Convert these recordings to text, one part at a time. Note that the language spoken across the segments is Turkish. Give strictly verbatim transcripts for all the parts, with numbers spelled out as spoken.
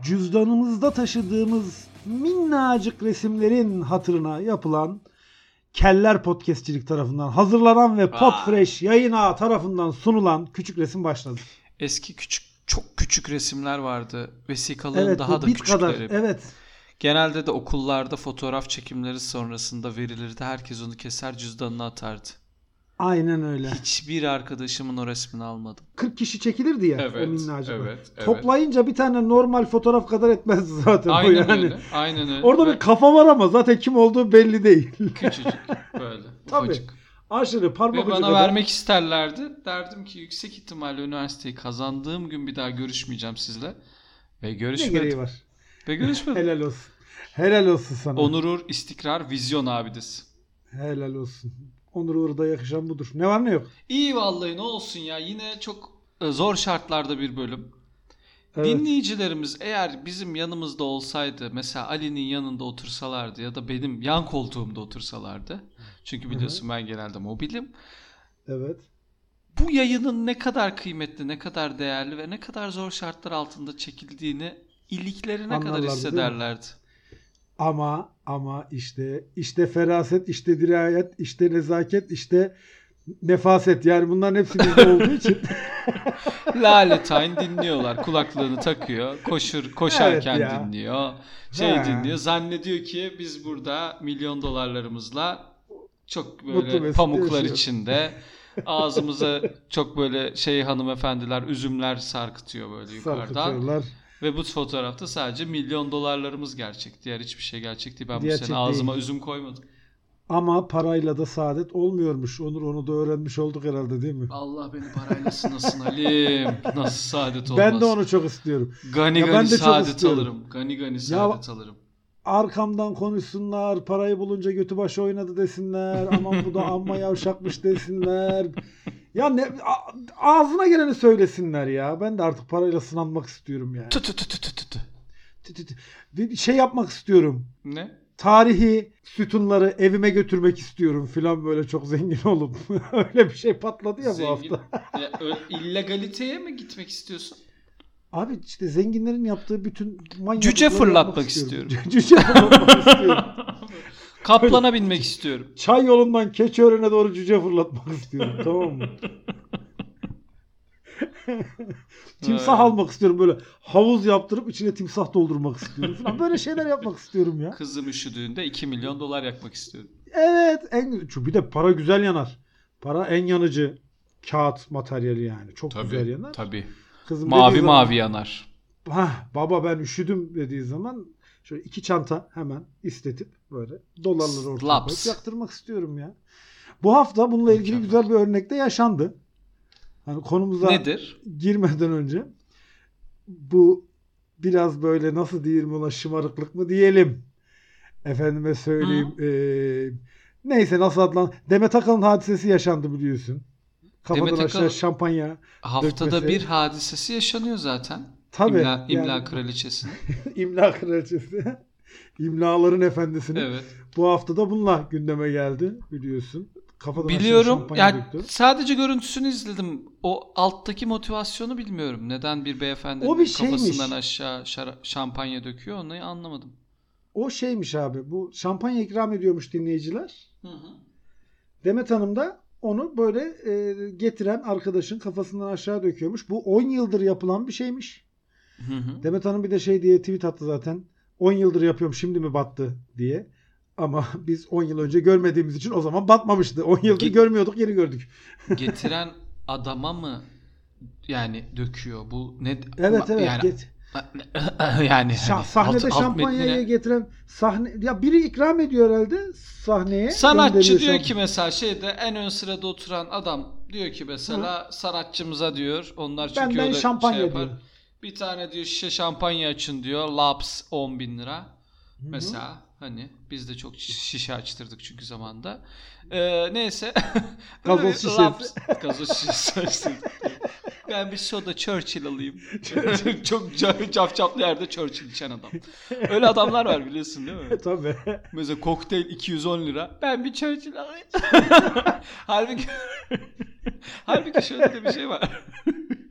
cüzdanımızda taşıdığımız minnacık resimlerin hatırına yapılan Keller Podcastçilik tarafından hazırlanan ve Podfresh yayın ağı tarafından sunulan küçük resim başladı. Eski küçük, çok küçük resimler vardı. Vesikalığın evet, daha da bit kadar, küçükleri. evet. Genelde de okullarda fotoğraf çekimleri sonrasında verilirdi. Herkes onu keser cüzdanına atardı. Aynen öyle. Hiçbir arkadaşımın o resmini almadım. kırk kişi çekilirdi ya evet, o minnacık. Evet, evet. Toplayınca bir tane normal fotoğraf kadar etmezdi zaten. Aynen o yani. öyle. Aynen öyle. Orada Ve bir kafa var ama zaten kim olduğu belli değil. küçücük böyle. Tabii. Ufacık. Aşırı parmak Ve ucu bana kadar. vermek isterlerdi. Derdim ki yüksek ihtimalle üniversiteyi kazandığım gün bir daha görüşmeyeceğim sizle. Ve görüşmedim. Ne gereği var? Ve görüşmedim. Helal olsun. Helal olsun sana. Onur Uğur, istikrar, vizyon abidesi. Helal olsun. Onur Uğur'da yakışan budur. Ne var ne yok. İyi vallahi ne olsun ya. Yine çok zor şartlarda bir bölüm. Evet. Dinleyicilerimiz eğer bizim yanımızda olsaydı, mesela Ali'nin yanında otursalardı ya da benim yan koltuğumda otursalardı. Çünkü biliyorsun ben genelde mobilim. Evet. Bu yayının ne kadar kıymetli, ne kadar değerli ve ne kadar zor şartlar altında çekildiğini iliklerine Anlarlardı, kadar hissederlerdi. Ama ama işte işte feraset, işte dirayet, işte nezaket, işte nefaset, yani bunların hepsi bizde olduğu için. Laletain dinliyorlar. Kulaklığını takıyor. Koşur koşarken Evet ya. dinliyor. Şey Ha. dinliyor. Zannediyor ki biz burada milyon dolarlarımızla çok Mutlu böyle mesut pamuklar yaşıyoruz. içinde ağzımıza çok böyle şey hanımefendiler üzümler sarkıtıyor böyle yukarıdan. Sarkıtıyorlar. Ve bu fotoğrafta sadece milyon dolarlarımız gerçek. Diğer hiçbir şey gerçek değil. Ben bu Gerçek sene ağzıma değil. üzüm koymadım. Ama parayla da saadet olmuyormuş. Onur, onu da öğrenmiş olduk herhalde, değil mi? Allah beni parayla sınasın Halim. Nasıl saadet olmaz. Ben de onu çok istiyorum. Gani Ya gani ben de çok saadet istiyorum. alırım. Gani gani saadet alırım. Arkamdan konuşsunlar, parayı bulunca götü başı oynadı desinler, aman bu da amma yavşakmış desinler. Ya ne a- ağzına geleni söylesinler ya. Ben de artık parayla sınanmak istiyorum yani. Tü tü tü tü tü tü. Tü tü tü. Bir şey yapmak istiyorum. Ne? Tarihi sütunları evime götürmek istiyorum filan, böyle çok zengin olup. Öyle bir şey patladı ya Zengin. bu hafta. Ya, ö- illegaliteye mi gitmek istiyorsun? Abi işte zenginlerin yaptığı bütün manyaklıkları Cüce yapmak fırlatmak istiyorum. Cüce fırlatmak istiyorum. Kaplana binmek istiyorum. Çay yolundan Keçiören'e doğru cüce fırlatmak istiyorum. Tamam mı? Timsah Evet. almak istiyorum, böyle havuz yaptırıp içine timsah doldurmak istiyorum falan. Böyle şeyler yapmak istiyorum ya. Kızım üşüdüğünde iki milyon dolar yakmak istiyorum. Evet. En, çünkü bir de para güzel yanar. Para en yanıcı kağıt materyali yani. Çok güzel yanar. Tabii. Kızım Mavi dediği mavi zaman, yanar. Hah, baba ben üşüdüm dediği zaman şöyle iki çanta hemen istetip böyle dolarları ortaya Slaps. koyup yaktırmak istiyorum ya. Bu hafta bununla ilgili Mükemmel. güzel bir örnek de yaşandı. Hani konumuza Nedir? girmeden önce bu biraz böyle nasıl diyelim ona, şımarıklık mı diyelim, efendime söyleyeyim, ee, neyse nasıl adlan, Demet Akalın hadisesi yaşandı biliyorsun. Kafadan Demet aşağı Akalın- şampanya Haftada dökmesi. bir hadisesi yaşanıyor zaten. Tabii, İmla, imla yani- kraliçesinin. İmla kraliçesi. İmlaların efendisini. Evet. Bu hafta da bununla gündeme geldi biliyorsun. Kafadan aşağı Biliyorum. şampanya Yani döktü. sadece görüntüsünü izledim. O alttaki motivasyonu bilmiyorum. Neden bir beyefendi O bir şeymiş. kafasından aşağı şara- şampanya döküyor onu anlamadım. O şeymiş abi, bu şampanya ikram ediyormuş dinleyiciler. Hı hı. Demet Hanım da onu böyle e, getiren arkadaşın kafasından aşağı döküyormuş. Bu on yıldır yapılan bir şeymiş. Hı hı. Demet Hanım bir de şey diye tweet attı zaten. on yıldır yapıyorum, şimdi mi battı diye. Ama biz on yıl önce görmediğimiz için o zaman batmamıştı. on yıldır Ge- görmüyorduk, yeni gördük. Getiren adama mı yani döküyor bu ne? Evet evet. Yani, Get- yani Şah- hani sahnede alt- alt şampanyayı metnine- getiren sahne, ya biri ikram ediyor herhalde sahneye. Sanatçı gönderiyor diyor şamp- ki mesela şeyde en ön sırada oturan adam diyor ki mesela sanatçımıza diyor onlar çünkü Benden öyle şampanya şey yapar. diyor. Bir tane diyor şişe şampanya açın diyor. Laps on bin lira. Hı-hı. Mesela hani biz de çok şişe açtırdık çünkü zamanda. Ee, neyse. Gazoz Böyle şişesi. Laps, gazoz şişesi açtırdık. Ben bir soda Churchill alayım. Çok ca- cafcaflı yerde Churchill içen adam. Öyle adamlar var biliyorsun değil mi? Tabii. Mesela kokteyl iki yüz on lira. Ben bir Churchill alayım. halbuki halbuki şöyle de bir şey var.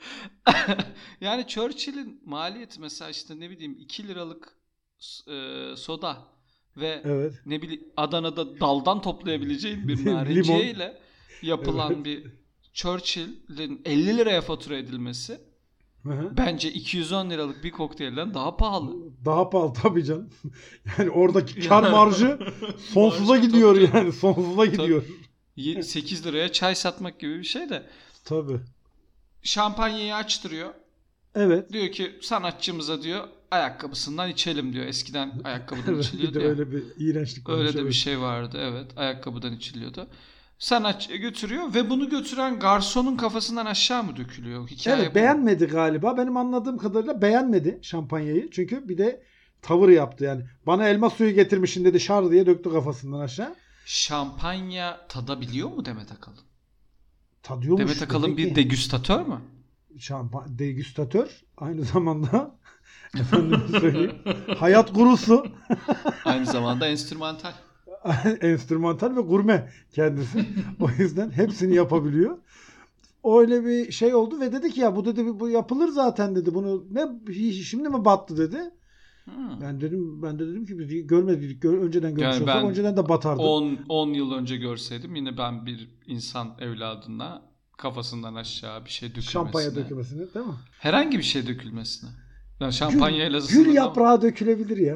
Yani Churchill'in maliyeti mesela işte ne bileyim iki liralık e, soda ve Evet. ne bileyim Adana'da daldan toplayabileceğin bir Limon. narenciyeyle yapılan Evet. bir Churchill'in elli liraya fatura edilmesi Hı hı. bence iki yüz on liralık bir kokteylden daha pahalı. Daha pahalı tabii canım. Yani oradaki kar marjı sonsuza Marjı, gidiyor tabii canım. yani. Sonsuza gidiyor. Ye- sekiz liraya çay satmak gibi bir şey de. Tabii. Şampanyayı açtırıyor. Evet. Diyor ki sanatçımıza diyor ayakkabısından içelim diyor. Eskiden ayakkabıdan Evet, bir içiliyordu de ya. öyle bir iğrençlik varmış. Öyle de bir evet. şey vardı, evet. Ayakkabıdan içiliyordu. Sanatçı götürüyor ve bunu götüren garsonun kafasından aşağı mı dökülüyor? Hikaye Evet, bu. beğenmedi galiba. Benim anladığım kadarıyla beğenmedi şampanyayı. Çünkü bir de tavır yaptı yani. Bana elma suyu getirmişsin dedi, şar diye döktü kafasından aşağı. Şampanya tadabiliyor mu Demet Akalın? Tadıyormuş. Demet Akalın demek bir ki. degüstatör mü? Şampa- degüstatör, aynı zamanda efendim söyleyeyim, hayat gurusu, Aynı zamanda enstrümantal. enstrümantal ve gurme kendisi. O yüzden hepsini yapabiliyor. Öyle bir şey oldu ve dedi ki ya bu dedi bu yapılır zaten dedi. Bunu ne şimdi mi battı dedi. Hmm. Ben dedim ben de dedim ki biz görmedik. Gör, önceden görmüş Yani olsak ben önceden de batardı. on yıl önce görseydim yine ben bir insan evladına kafasından aşağı bir şey dökülmesine. Şampanya dökülmesini, değil mi? Herhangi bir şey dökülmesine. Yani Gül, şampanyayla gül sınırlı yaprağı dökülebilir ya.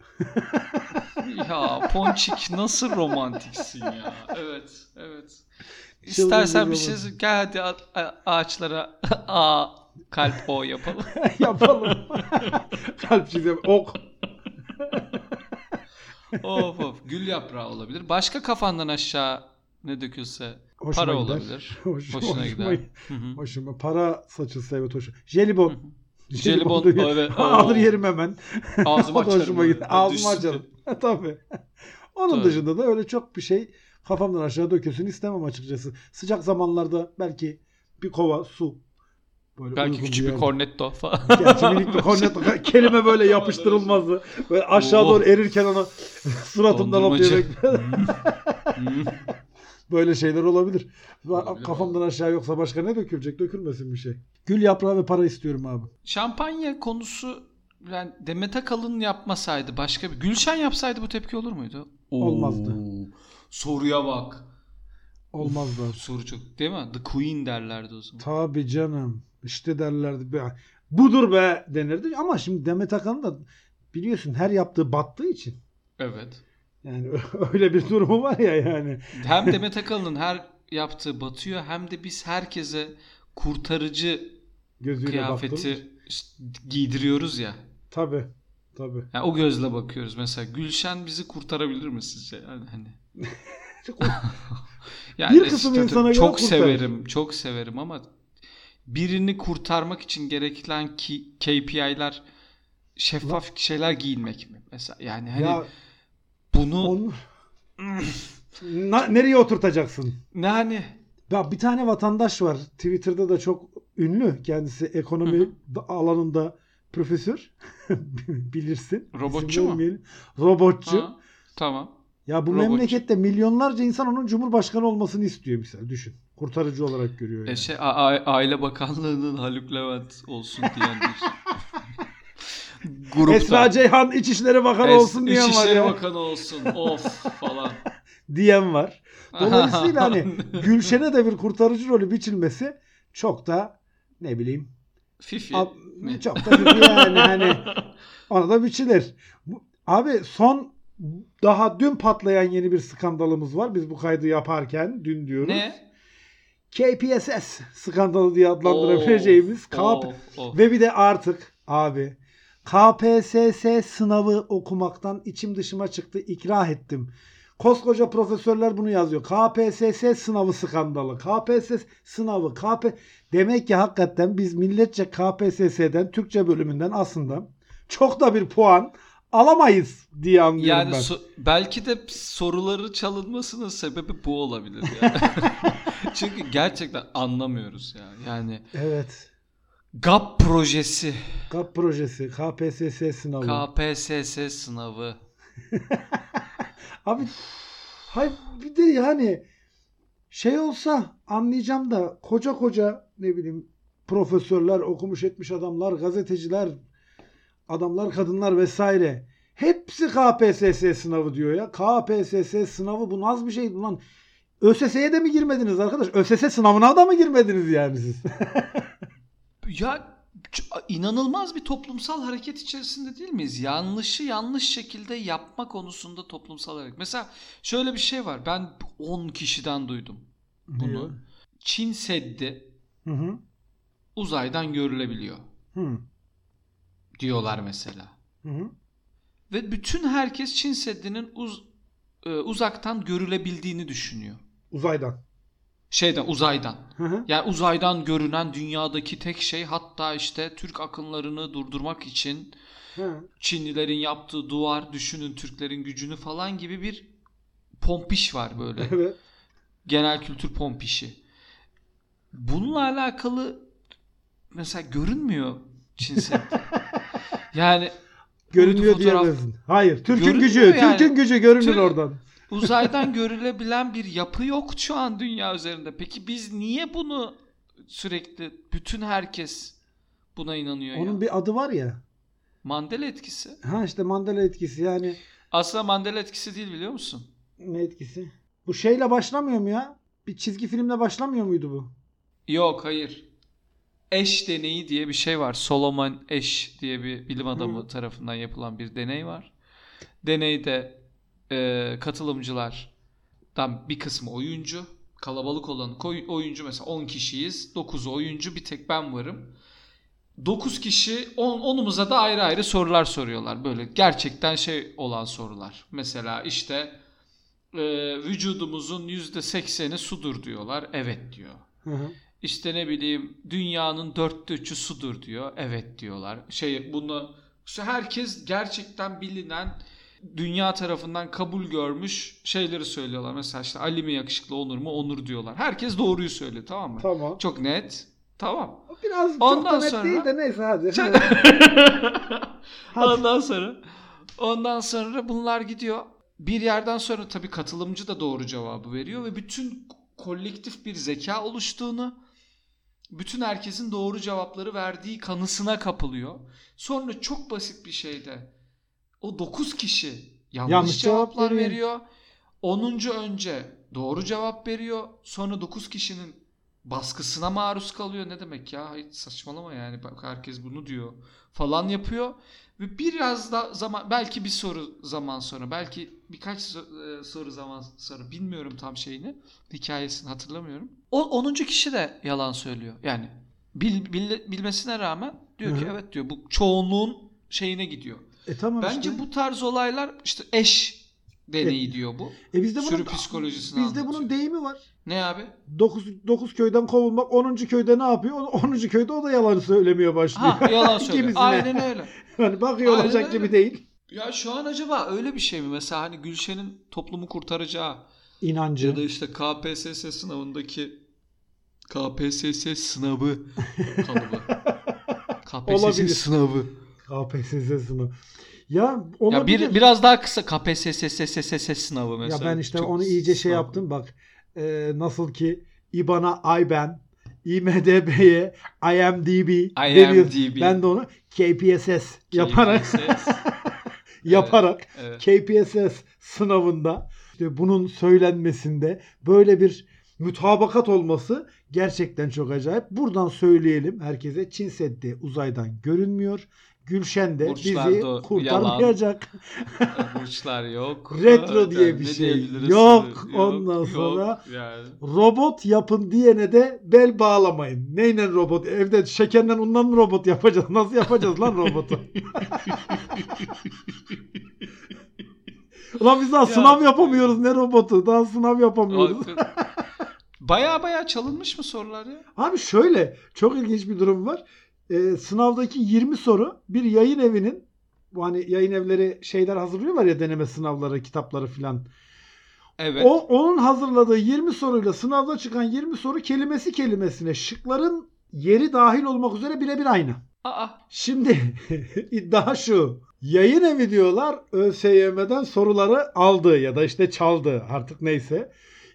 Ya Ponçik nasıl romantiksin ya. Evet, evet. Çılgın İstersen bir bir şey romantik. gel hadi a- a- ağaçlara A kalp O yapalım. Yapalım. Kalp çizelim. Ok. Of of. Gül yaprağı olabilir. Başka kafandan aşağı ne dökülse Hoşuma para gider. olabilir. Hoş- Hoşuna hoşuma- gider. Hı hı. Hoşuma. Para saçılsa evet hoş. Jelibon. Hı hı. Jelibon, da- evet, Alır oo. yerim hemen. Ağzımı O da açarım hoşuma böyle. gitti. Ağzımı Düşsün açarım. Tabii. Onun Tabii. dışında da öyle çok bir şey kafamdan aşağı dökülsün istemem açıkçası. Sıcak zamanlarda belki bir kova su. Böyle Belki uygun küçük bir yerde. cornetto falan. Gerçi minik bir kornet kelime böyle yapıştırılmazdı. Böyle aşağı Oh. doğru erirken onu suratımdan Dondurmacı. atlayarak Hmm. böyle şeyler olabilir. Olabilir, Kafamdan aşağı yoksa başka ne dökülecek? Dökülmesin bir şey. Gül yaprağı ve para istiyorum abi. Şampanya konusu yani Demet Akalın yapmasaydı başka bir Gülşen yapsaydı bu tepki olur muydu? Olmazdı. Oo, soruya bak. Olmazdı. Uf, soru çok değil mi? The Queen derlerdi o zaman. Tabii canım. İşte derlerdi. Be. Budur be denirdi. Ama şimdi Demet Akalın da biliyorsun her yaptığı battığı için. Evet. Yani öyle bir durumu var ya yani. Hem Demet Akalın'ın her yaptığı batıyor hem de biz herkese kurtarıcı Gözüyle kıyafeti baktığımız. işte giydiriyoruz ya. Tabii. Tabii. Yani o gözle bakıyoruz. Mesela Gülşen bizi kurtarabilir mi sizce? Yani hani. Yani Bir kısım işte insana göre çok kurtarır. severim, çok severim ama birini kurtarmak için gereken ki K P I'ler şeffaf şeyler giyinmek mi? Mesela yani hani Ya bunu onu Na- nereye oturtacaksın? ne hani Ya bir tane vatandaş var. Twitter'da da çok ünlü. Kendisi ekonomi Hı hı. da- alanında profesör. Bilirsin. Robotçu İsim mu? vermeyelim. Robotçu. ha, tamam. Ya bu Robotçu. memlekette milyonlarca insan onun cumhurbaşkanı olmasını istiyor misal. Düşün. Kurtarıcı olarak görüyor yani. E şey, a- a- Aile Bakanlığı'nın Haluk Levent olsun diyen bir grupta. Esra Ceyhan İçişleri Bakanı Es- olsun diyen var İçişleri ya. Bakanı olsun. Of falan. Diyen var. Dolayısıyla hani Gülşen'e de bir kurtarıcı rolü biçilmesi çok da ne bileyim Fifi. ab- mi? çok da bir yani hani ona da biçilir. Bu- Abi son daha dün patlayan yeni bir skandalımız var. Biz bu kaydı yaparken dün diyoruz. Ne? K P S S skandalı diye adlandırabileceğimiz K Of, of. ve bir de artık abi K P S S sınavı okumaktan içim dışıma çıktı. İkrah ettim. Koskoca profesörler bunu yazıyor. K P S S sınavı skandalı. K P S S sınavı. K P Demek ki hakikaten biz milletçe K P S S'den Türkçe bölümünden aslında çok da bir puan alamayız diye anlıyorum Yani ben. so- belki de soruları çalınmasının sebebi bu olabilir yani. Çünkü gerçekten anlamıyoruz ya. Yani Evet. G A P projesi, K A P projesi, K P S S sınavı. K P S S sınavı. Abi hay bir de yani şey olsa anlayacağım da koca koca ne bileyim profesörler, okumuş etmiş adamlar, gazeteciler, adamlar, kadınlar vesaire. Hepsi K P S S sınavı diyor ya. K P S S sınavı bu nasıl bir şey? Ulan ÖSS'ye de mi girmediniz arkadaş? ÖSS sınavına da mı girmediniz yani siz? Ya inanılmaz bir toplumsal hareket içerisinde değil miyiz? Yanlışı yanlış şekilde yapma konusunda toplumsal hareket. Mesela şöyle bir şey var. Ben on kişiden duydum bunu. Diyor. Çin Seddi Hı hı. uzaydan görülebiliyor Hı. diyorlar mesela. Hı hı. Ve bütün herkes Çin Seddi'nin uz, e, uzaktan görülebildiğini düşünüyor. Uzaydan. Şeyden, uzaydan. Hı hı. Yani uzaydan görünen dünyadaki tek şey, hatta işte Türk akınlarını durdurmak için Hı. Çinlilerin yaptığı duvar, düşünün Türklerin gücünü falan gibi bir pompiş var böyle. Evet. Genel kültür pompişi. Bununla alakalı mesela görünmüyor Çin Seddi. Yani Görünüyor fotoğraf- diyemezsin. Hayır. Türk'ün Görünüyor gücü. yani. Türk'ün gücü görünür Türk- oradan. Uzaydan görülebilen bir yapı yok şu an dünya üzerinde. Peki biz niye bunu sürekli, bütün herkes buna inanıyor Onun ya? bir adı var ya. Mandela etkisi. Ha işte Mandela etkisi yani. Aslında Mandela etkisi değil, biliyor musun? Ne etkisi? Bu şeyle başlamıyor mu ya? Bir çizgi filmle başlamıyor muydu bu? Yok, hayır. Eş deneyi diye bir şey var. Solomon Eş diye bir bilim adamı Hı. tarafından yapılan bir deney var. Deneyde e, katılımcılardan bir kısmı oyuncu. Kalabalık olan koy- oyuncu mesela on kişiyiz. dokuzu oyuncu, bir tek ben varım. dokuz kişi on, onumuza da ayrı ayrı sorular soruyorlar. Böyle gerçekten şey olan sorular. Mesela işte e, vücudumuzun yüzde sekseni sudur diyorlar. Evet diyor. Hı hı. İşte ne bileyim dünyanın dörtte üçü sudur diyor. Evet diyorlar. Şey bunu işte herkes gerçekten bilinen, dünya tarafından kabul görmüş şeyleri söylüyorlar. Mesela işte Ali mi yakışıklı, Onur mu? Onur diyorlar. Herkes doğruyu söylüyor, tamam mı? Tamam. Çok net. Tamam. O biraz çok Ondan da net sonra- değil de neyse hadi. Hadi. Ondan sonra ondan sonra bunlar gidiyor. Bir yerden sonra tabii katılımcı da doğru cevabı veriyor ve bütün kolektif bir zeka oluştuğunu, bütün herkesin doğru cevapları verdiği kanısına kapılıyor. Sonra çok basit bir şeyde o dokuz kişi yanlış, Yanlış cevap cevaplar veriyor. veriyor. onuncu önce doğru cevap veriyor. Sonra dokuz kişinin baskısına maruz kalıyor. Ne demek ya? Hayır, saçmalama yani. Bak herkes bunu diyor falan yapıyor. Ve biraz da zaman, belki bir soru zaman sonra, belki birkaç so- e, soru zaman sonra, bilmiyorum tam şeyini, hikayesini hatırlamıyorum. O onuncu kişi de yalan söylüyor. Yani bil, bil- bilmesine rağmen diyor ki Hı hı. evet diyor. Bu çoğunluğun şeyine gidiyor. E tamam Bence işte. bu tarz olaylar işte eş deneyi diyor bu. E bizde Sürü bunun, psikolojisini bizde bunun anlatıyor. deyimi var. Ne abi? dokuz köyden kovulmak, onuncu köyde ne yapıyor? onuncu köyde o da yalan söylemeye başlıyor. Ha, yalan söylüyor. Gibisine. Aynen öyle. Hani bakıyor Aynen olacak öyle. gibi değil. Ya şu an acaba öyle bir şey mi? Mesela hani Gülşen'in toplumu kurtaracağı İnancı. ya da işte K P S S sınavındaki K P S S sınavı kalıbı. K P S S Olabilir. sınavı. K P S S sınavı. Ya olabilir. Ya bir, biraz daha kısa K P S S S S S sınavı Ya mesela. ben işte Çok onu iyice şey sınav. yaptım bak. Ee, nasıl ki İBAN'a IBAN, IMDb'ye IMDb, deniyor. IMDb. Ben de onu K P S S yaparak K P S S. yaparak Evet. K P S S sınavında işte bunun söylenmesinde böyle bir mütabakat olması gerçekten çok acayip. Buradan söyleyelim herkese, Çin Seddi uzaydan görünmüyor. Gülşen de Burçlar bizi da kurtarmayacak. Burçlar yok. Retro diye Yani bir ne şey diyebiliriz? yok. Yok, Ondan yok sonra yani. robot yapın diyene de bel bağlamayın. Neyle robot? Evde şekerden undan mı robot yapacağız? Nasıl yapacağız lan robotu? Ulan biz daha Ya. sınav yapamıyoruz, ne robotu? Daha sınav yapamıyoruz. Baya baya çalınmış mı sorular ya? Abi şöyle çok ilginç bir durum var. Ee, sınavdaki yirmi soru bir yayın evinin, bu hani yayın evleri şeyler hazırlıyorlar ya, deneme sınavları, kitapları filan. Evet. O onun hazırladığı yirmi soruyla sınavda çıkan yirmi soru kelimesi kelimesine şıkların yeri dahil olmak üzere birebir aynı. Aa. Şimdi iddia şu. Yayın evi diyorlar ÖSYM'den soruları aldı ya da işte çaldı, artık neyse.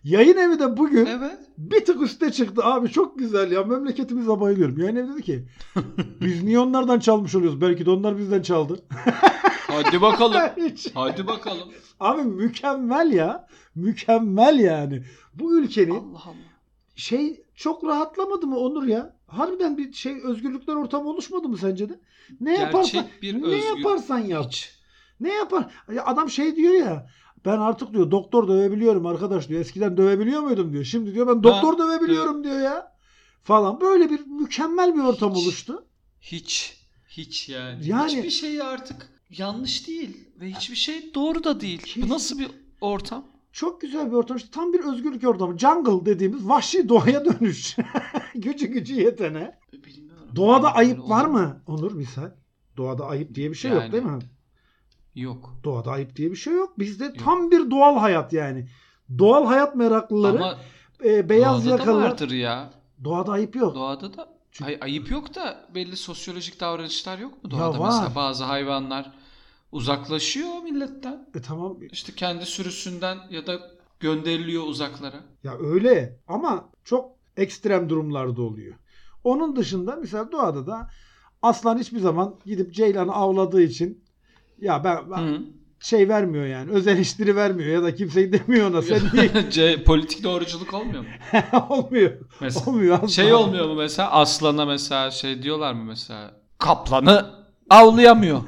Yayın evi de bugün Evet. bir tık üste çıktı. Abi çok güzel ya. Memleketimize bayılıyorum. Yayın evi dedi ki biz niye onlardan çalmış oluyoruz? Belki de onlar bizden çaldı. Hadi bakalım. Hiç. Hadi bakalım. Abi mükemmel ya. Mükemmel yani. Bu ülkenin Allah Allah. şey çok rahatlamadı mı Onur ya? Harbiden bir şey özgürlükler ortamı oluşmadı mı sence de? Ne yaparsan Gerçek bir ne özgür. yaparsan yap. Hiç. Ne yapar? Ya adam şey diyor ya. Ben artık diyor doktor dövebiliyorum arkadaş diyor. Eskiden dövebiliyor muydum diyor. Şimdi diyor ben doktor Ha, dövebiliyorum diyor ya. Falan. Böyle bir mükemmel bir ortam Hiç. oluştu. Hiç. Hiç yani. Yani- Hiçbir şey artık yanlış değil. Ve hiçbir şey doğru da değil. Kesin. Bu nasıl bir ortam? Çok güzel bir ortam. İşte tam bir özgürlük ortamı. Jungle dediğimiz vahşi doğaya dönüş. gücü gücü yetene. Bilmiyorum. Doğada Yani ayıp öyle var olur mu? mı Onur misal? Doğada ayıp diye bir şey yok Yani- değil mi? Yok. Doğada ayıp diye bir şey yok. Bizde Yok. tam bir doğal hayat yani. Doğal hayat meraklıları, Ama e, beyaz doğada da yakalılar. vardır ya. Doğada ayıp yok. Doğada da Çünkü- Ay, ayıp yok da belli sosyolojik davranışlar yok mu Ya doğada? var. Mesela bazı hayvanlar uzaklaşıyor milletten. E tamam. İşte kendi sürüsünden ya da gönderiliyor uzaklara. Ya öyle ama çok ekstrem durumlarda oluyor. Onun dışında mesela doğada da aslan hiçbir zaman gidip ceylanı avladığı için ya ben, ben Hı. şey vermiyor yani. Öz eleştiri vermiyor ya da kimseyi demiyor ona. Sen niye C- politik doğruculuk olmuyor mu? olmuyor. Mesela Olmuyor asla. şey olmuyor mu mesela aslana mesela şey diyorlar mı mesela kaplanı avlayamıyor.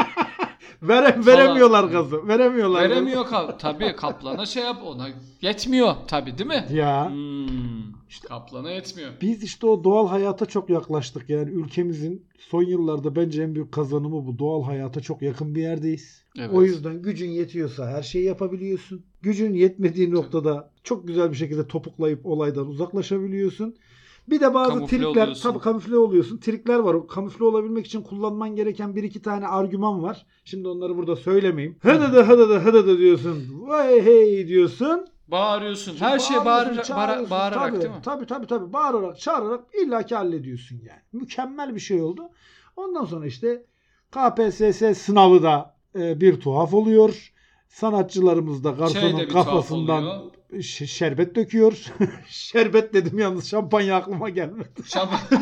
Vere, veremiyorlar gazı. Veremiyorlar. gazı. Veremiyor kap tabii kaplana şey yap ona yetmiyor tabii değil mi? Ya. Hmm, kaplana yetmiyor. Biz işte o doğal hayata çok yaklaştık. Yani ülkemizin son yıllarda bence en büyük kazanımı bu. Doğal hayata çok yakın bir yerdeyiz. Evet. O yüzden gücün yetiyorsa her şeyi yapabiliyorsun. Gücün yetmediği noktada çok güzel bir şekilde topuklayıp olaydan uzaklaşabiliyorsun. Bir de bazı Kamufle trikler, oluyorsun. tabii kamufle oluyorsun. Trikler var. O kamufle olabilmek için kullanman gereken bir iki tane argüman var. Şimdi onları burada söylemeyeyim. Hıdıdı hıdıdı hıdıdı diyorsun. Vay hey diyorsun. Bağırıyorsun. Her şey Bağırıyorsun, bağırarak, çağırıyorsun. bağırarak tabii, değil mi? Tabii tabii tabii. Bağırarak, çağırarak illaki hallediyorsun yani. Mükemmel bir şey oldu. Ondan sonra işte K P S S sınavı da e, bir tuhaf oluyor. Sanatçılarımız da Şey garsonun de bir tuhaf kafasından oluyor. ş- şerbet döküyor. Şerbet dedim yalnız şampanya aklıma gelmedi. Şab-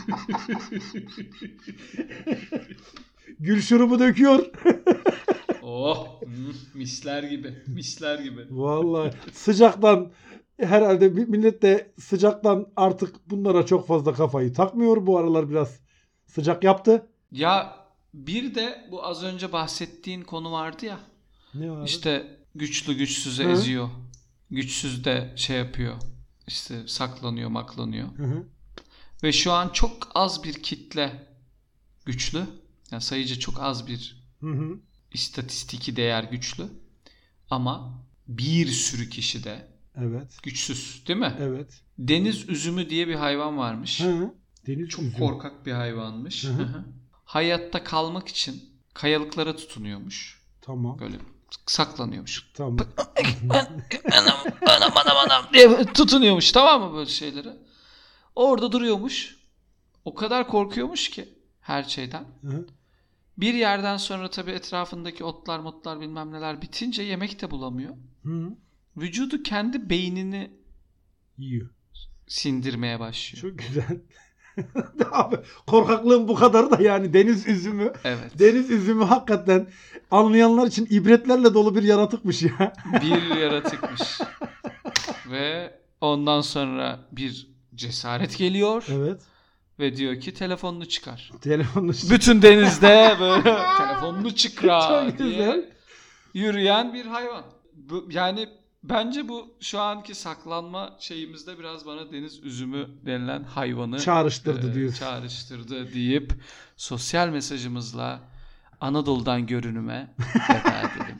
Gül şurubu döküyor. oh, hmm, misler gibi. Misler gibi. Vallahi sıcaktan herhalde bir- millet de sıcaktan artık bunlara çok fazla kafayı takmıyor. Bu aralar biraz sıcak yaptı. Ya bir de bu az önce bahsettiğin konu vardı ya. Ne var? İşte güçlü güçsüzü Hı. eziyor. Güçsüz de şey yapıyor. İşte saklanıyor, maklanıyor. Hı hı. Ve şu an çok az bir kitle güçlü. Yani sayıca çok az bir Hı hı. istatistiki değer güçlü. Ama bir sürü kişi de Evet. güçsüz, değil mi? Evet. Deniz üzümü diye bir hayvan varmış. Hı. Deniz Çok üzümü. korkak bir hayvanmış. Hı hı. Hı hı. Hayatta kalmak için kayalıklara tutunuyormuş. Tamam. Böyle saklanıyormuş. Tamam. Anam anam anam anam diye tutunuyormuş, tamam mı, böyle şeylere. Orada duruyormuş. O kadar korkuyormuş ki her şeyden. Hı hı. Bir yerden sonra tabii etrafındaki otlar motlar bilmem neler bitince yemek de bulamıyor. Hı. Vücudu kendi beynini Yiyor. sindirmeye başlıyor. Çok güzel. Abi korkaklığın bu kadar da yani deniz üzümü. Evet. Deniz üzümü hakikaten anlayanlar için ibretlerle dolu bir yaratıkmış ya. Bir yaratıkmış. Ve ondan sonra bir cesaret geliyor. Evet. Ve diyor ki telefonunu çıkar. Telefonunu Bütün denizde böyle telefonunu çıkar Çok diye güzel. yürüyen bir hayvan. Bu, yani bence bu şu anki saklanma şeyimizde biraz bana deniz üzümü denilen hayvanı Çağrıştırdı e, diyorsun. çağrıştırdı deyip sosyal mesajımızla Anadolu'dan görünüme veda edelim.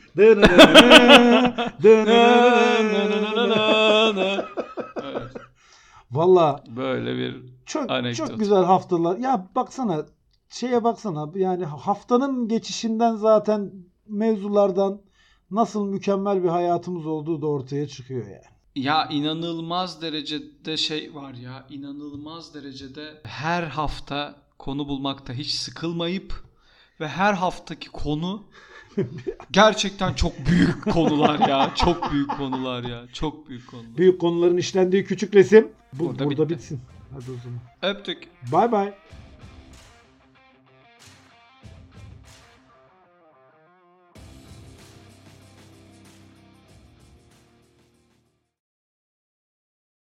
Evet, Valla böyle bir çok Anekdot. çok güzel haftalar. Ya baksana şeye baksana yani haftanın geçişinden zaten mevzulardan nasıl mükemmel bir hayatımız olduğu da ortaya çıkıyor yani. Ya inanılmaz derecede şey var ya, inanılmaz derecede her hafta konu bulmakta hiç sıkılmayıp ve her haftaki konu Gerçekten çok büyük konular ya. Çok büyük konular ya. Çok büyük konular. Büyük konuların işlendiği küçük resim bu, Burada burada bitti. bitsin. Hadi o zaman. Öptük. Bay bay.